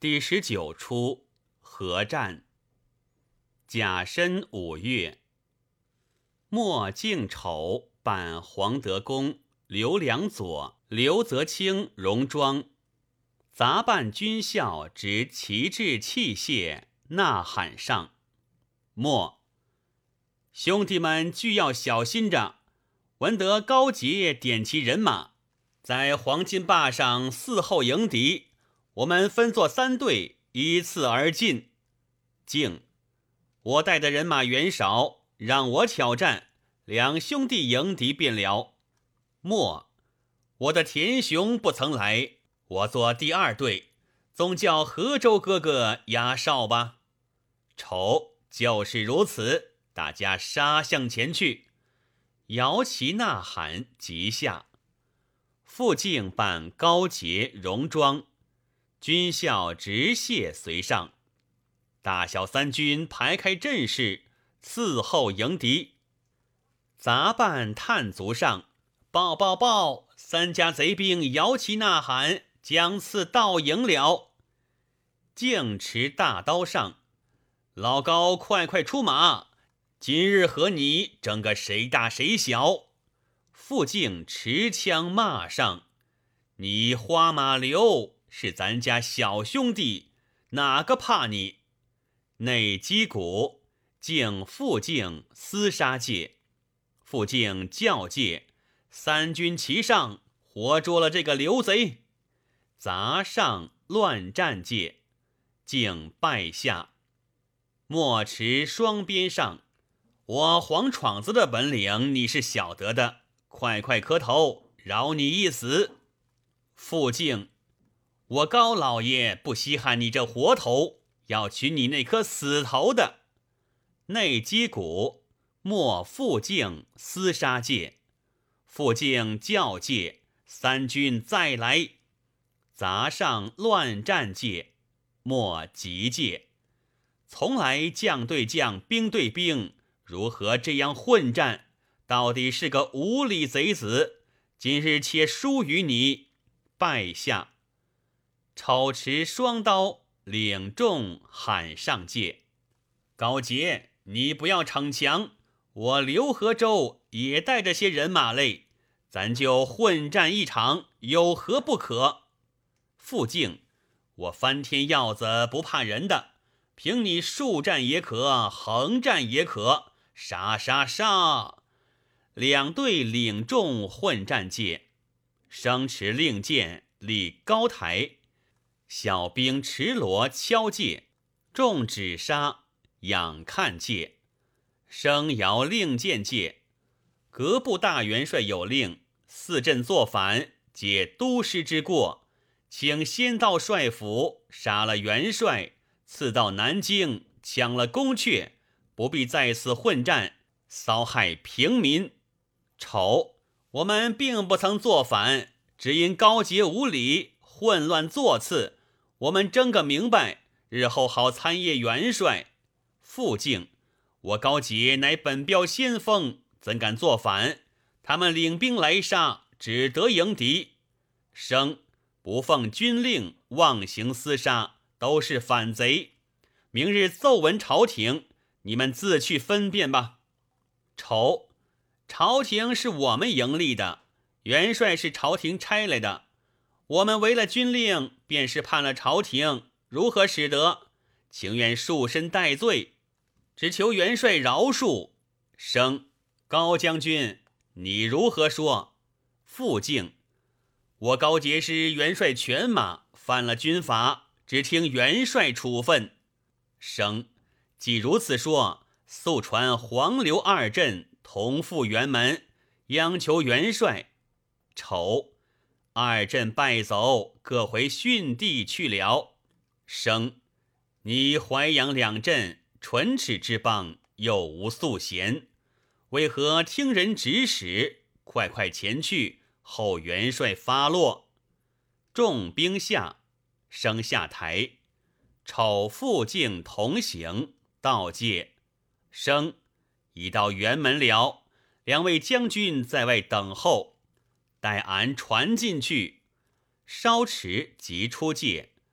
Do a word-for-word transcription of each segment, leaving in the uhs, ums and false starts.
第十九出合战。甲申五月，莫敬丑扮黄德公、刘良佐、刘泽清戎装，杂扮军校执旗帜器械，呐喊上。莫兄弟们俱要小心着，闻得高杰点其人马，在黄金坝上伺候迎敌，我们分作三队，依次而进。敬，我带的人马远少，让我挑战，两兄弟迎敌便了。莫，我的田雄不曾来，我做第二队，总叫河州哥哥压哨吧。丑，就是如此，大家杀向前去。摇旗呐喊，即下。傅敬扮高杰戎装，军校直械随上，大小三军排开阵势，伺候迎敌。杂扮探卒上，报报报，三家贼兵摇旗呐喊，将次到营了。敬持大刀上，老高快快出马，今日和你争个谁大谁小。傅敬持枪骂上，你花马流是咱家小兄弟，哪个怕你？内击鼓，敬傅敬厮杀界，傅敬教界，三军齐上，活捉了这个刘贼。杂上乱战界，敬败下。莫持双鞭上，我黄闯子的本领你是晓得的，快快磕头，饶你一死。傅敬，我高老爷不稀罕你这活头，要取你那颗死头的。内击鼓，莫傅敬厮杀界，傅敬教界，三军再来。杂上乱战界，莫急界。从来将对将，兵对兵，如何这样混战？到底是个无理贼子，今日且输于你，败下。丑持双刀，领众喊上界。高杰，你不要逞强，我刘河州也带着些人马类，咱就混战一场，有何不可？傅敬，我翻天鹞子不怕人的，凭你竖战也可，横战也可，杀杀杀！两队领众混战界，生持令箭，立高台，小兵持锣敲界，众指杀，仰看界，声摇令箭界。各部大元帅有令，四镇作反，皆都师之过，请先到帅府，杀了元帅，次到南京，抢了宫阙，不必在此混战，骚害平民。丑，我们并不曾作反，只因高洁无礼，混乱座次，我们争个明白，日后好参谒元帅。傅敬，我高洁乃本标先锋，怎敢作反？他们领兵来杀，只得迎敌。生，不奉军令，妄行厮杀，都是反贼。明日奏闻朝廷，你们自去分辨吧。丑，朝廷是我们营立的，元帅是朝廷差来的，我们违了军令，便是叛了朝廷，如何使得？情愿束身戴罪，只求元帅饶恕。生，高将军，你如何说？傅敬，我高杰是元帅犬马，犯了军法，只听元帅处分。生，既如此说，速传黄刘二镇同赴辕门，央求元帅。丑，二镇败走，各回训地去了。生，你淮阳两镇唇齿之邦，又无素贤，为何听人指使？快快前去，候元帅发落。众兵下，升下台。丑傅敬同行，到界。升，已到辕门了，两位将军在外等候，待俺传进去。稍迟即出界，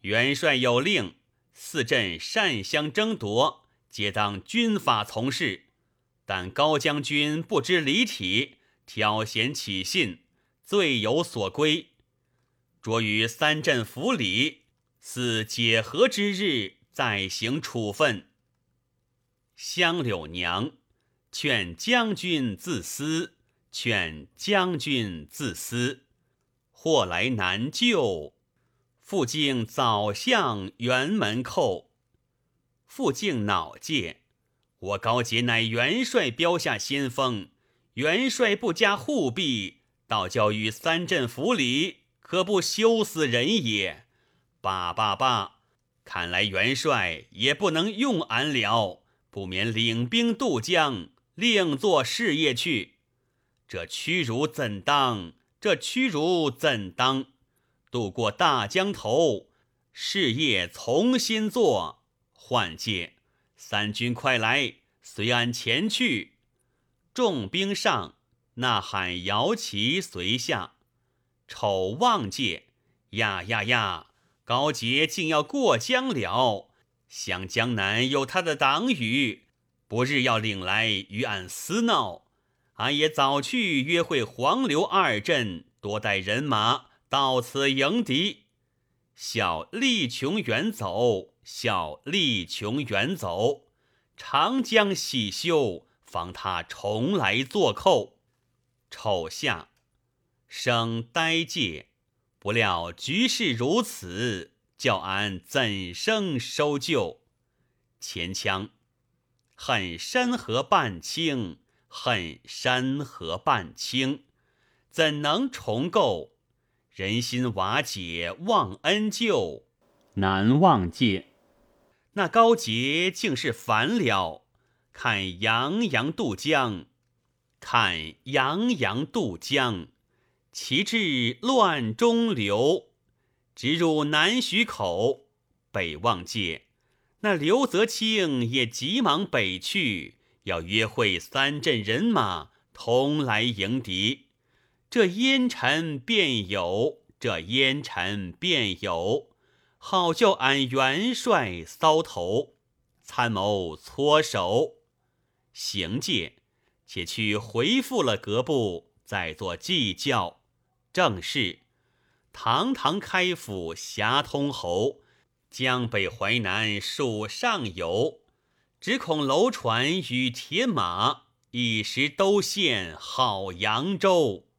元帅有令，四镇擅相争夺，皆当军法从事。但高将军不知礼体，挑贤起信，罪有所归，着于三镇府里，似解和之日，再行处分。香柳娘，劝将军自私，劝将军自私，祸来难救。复敬早向辕门叩。复敬恼戒，我高杰乃元帅标下先锋，元帅不加护庇，倒教于三镇府里，可不羞死人也。罢罢罢，看来元帅也不能用俺了，不免领兵渡江，另做事业去。这屈辱怎当？这屈辱怎当？渡过大江头，事业重新做。换届，三军快来，随俺前去。众兵上，呐喊摇旗随下。丑望界，呀呀呀！高杰竟要过江了，想江南有他的党羽，不日要领来与俺厮闹。俺也早去约会黄刘二镇，多带人马到此迎敌。笑力穷远走，笑力穷远走，长江喜休，防他重来作寇。丑下，生呆介，不料局势如此，叫俺怎生收救？前腔，恨山河半倾，恨山河半倾，怎能重构？人心瓦解忘恩旧，难忘戒。那高杰竟是反了，看洋洋渡江，看洋洋渡江，其志乱中流，直入南徐口。北望界，那刘泽清也急忙北去，要约会三镇人马同来迎敌。这烟尘便有，这烟尘便有，好叫俺元帅搔头，参谋搓手。行界，且去回复了各部，再做计较。正是堂堂开府辖通侯，江北淮南属上游，只恐楼船与铁马，一时都陷好扬州。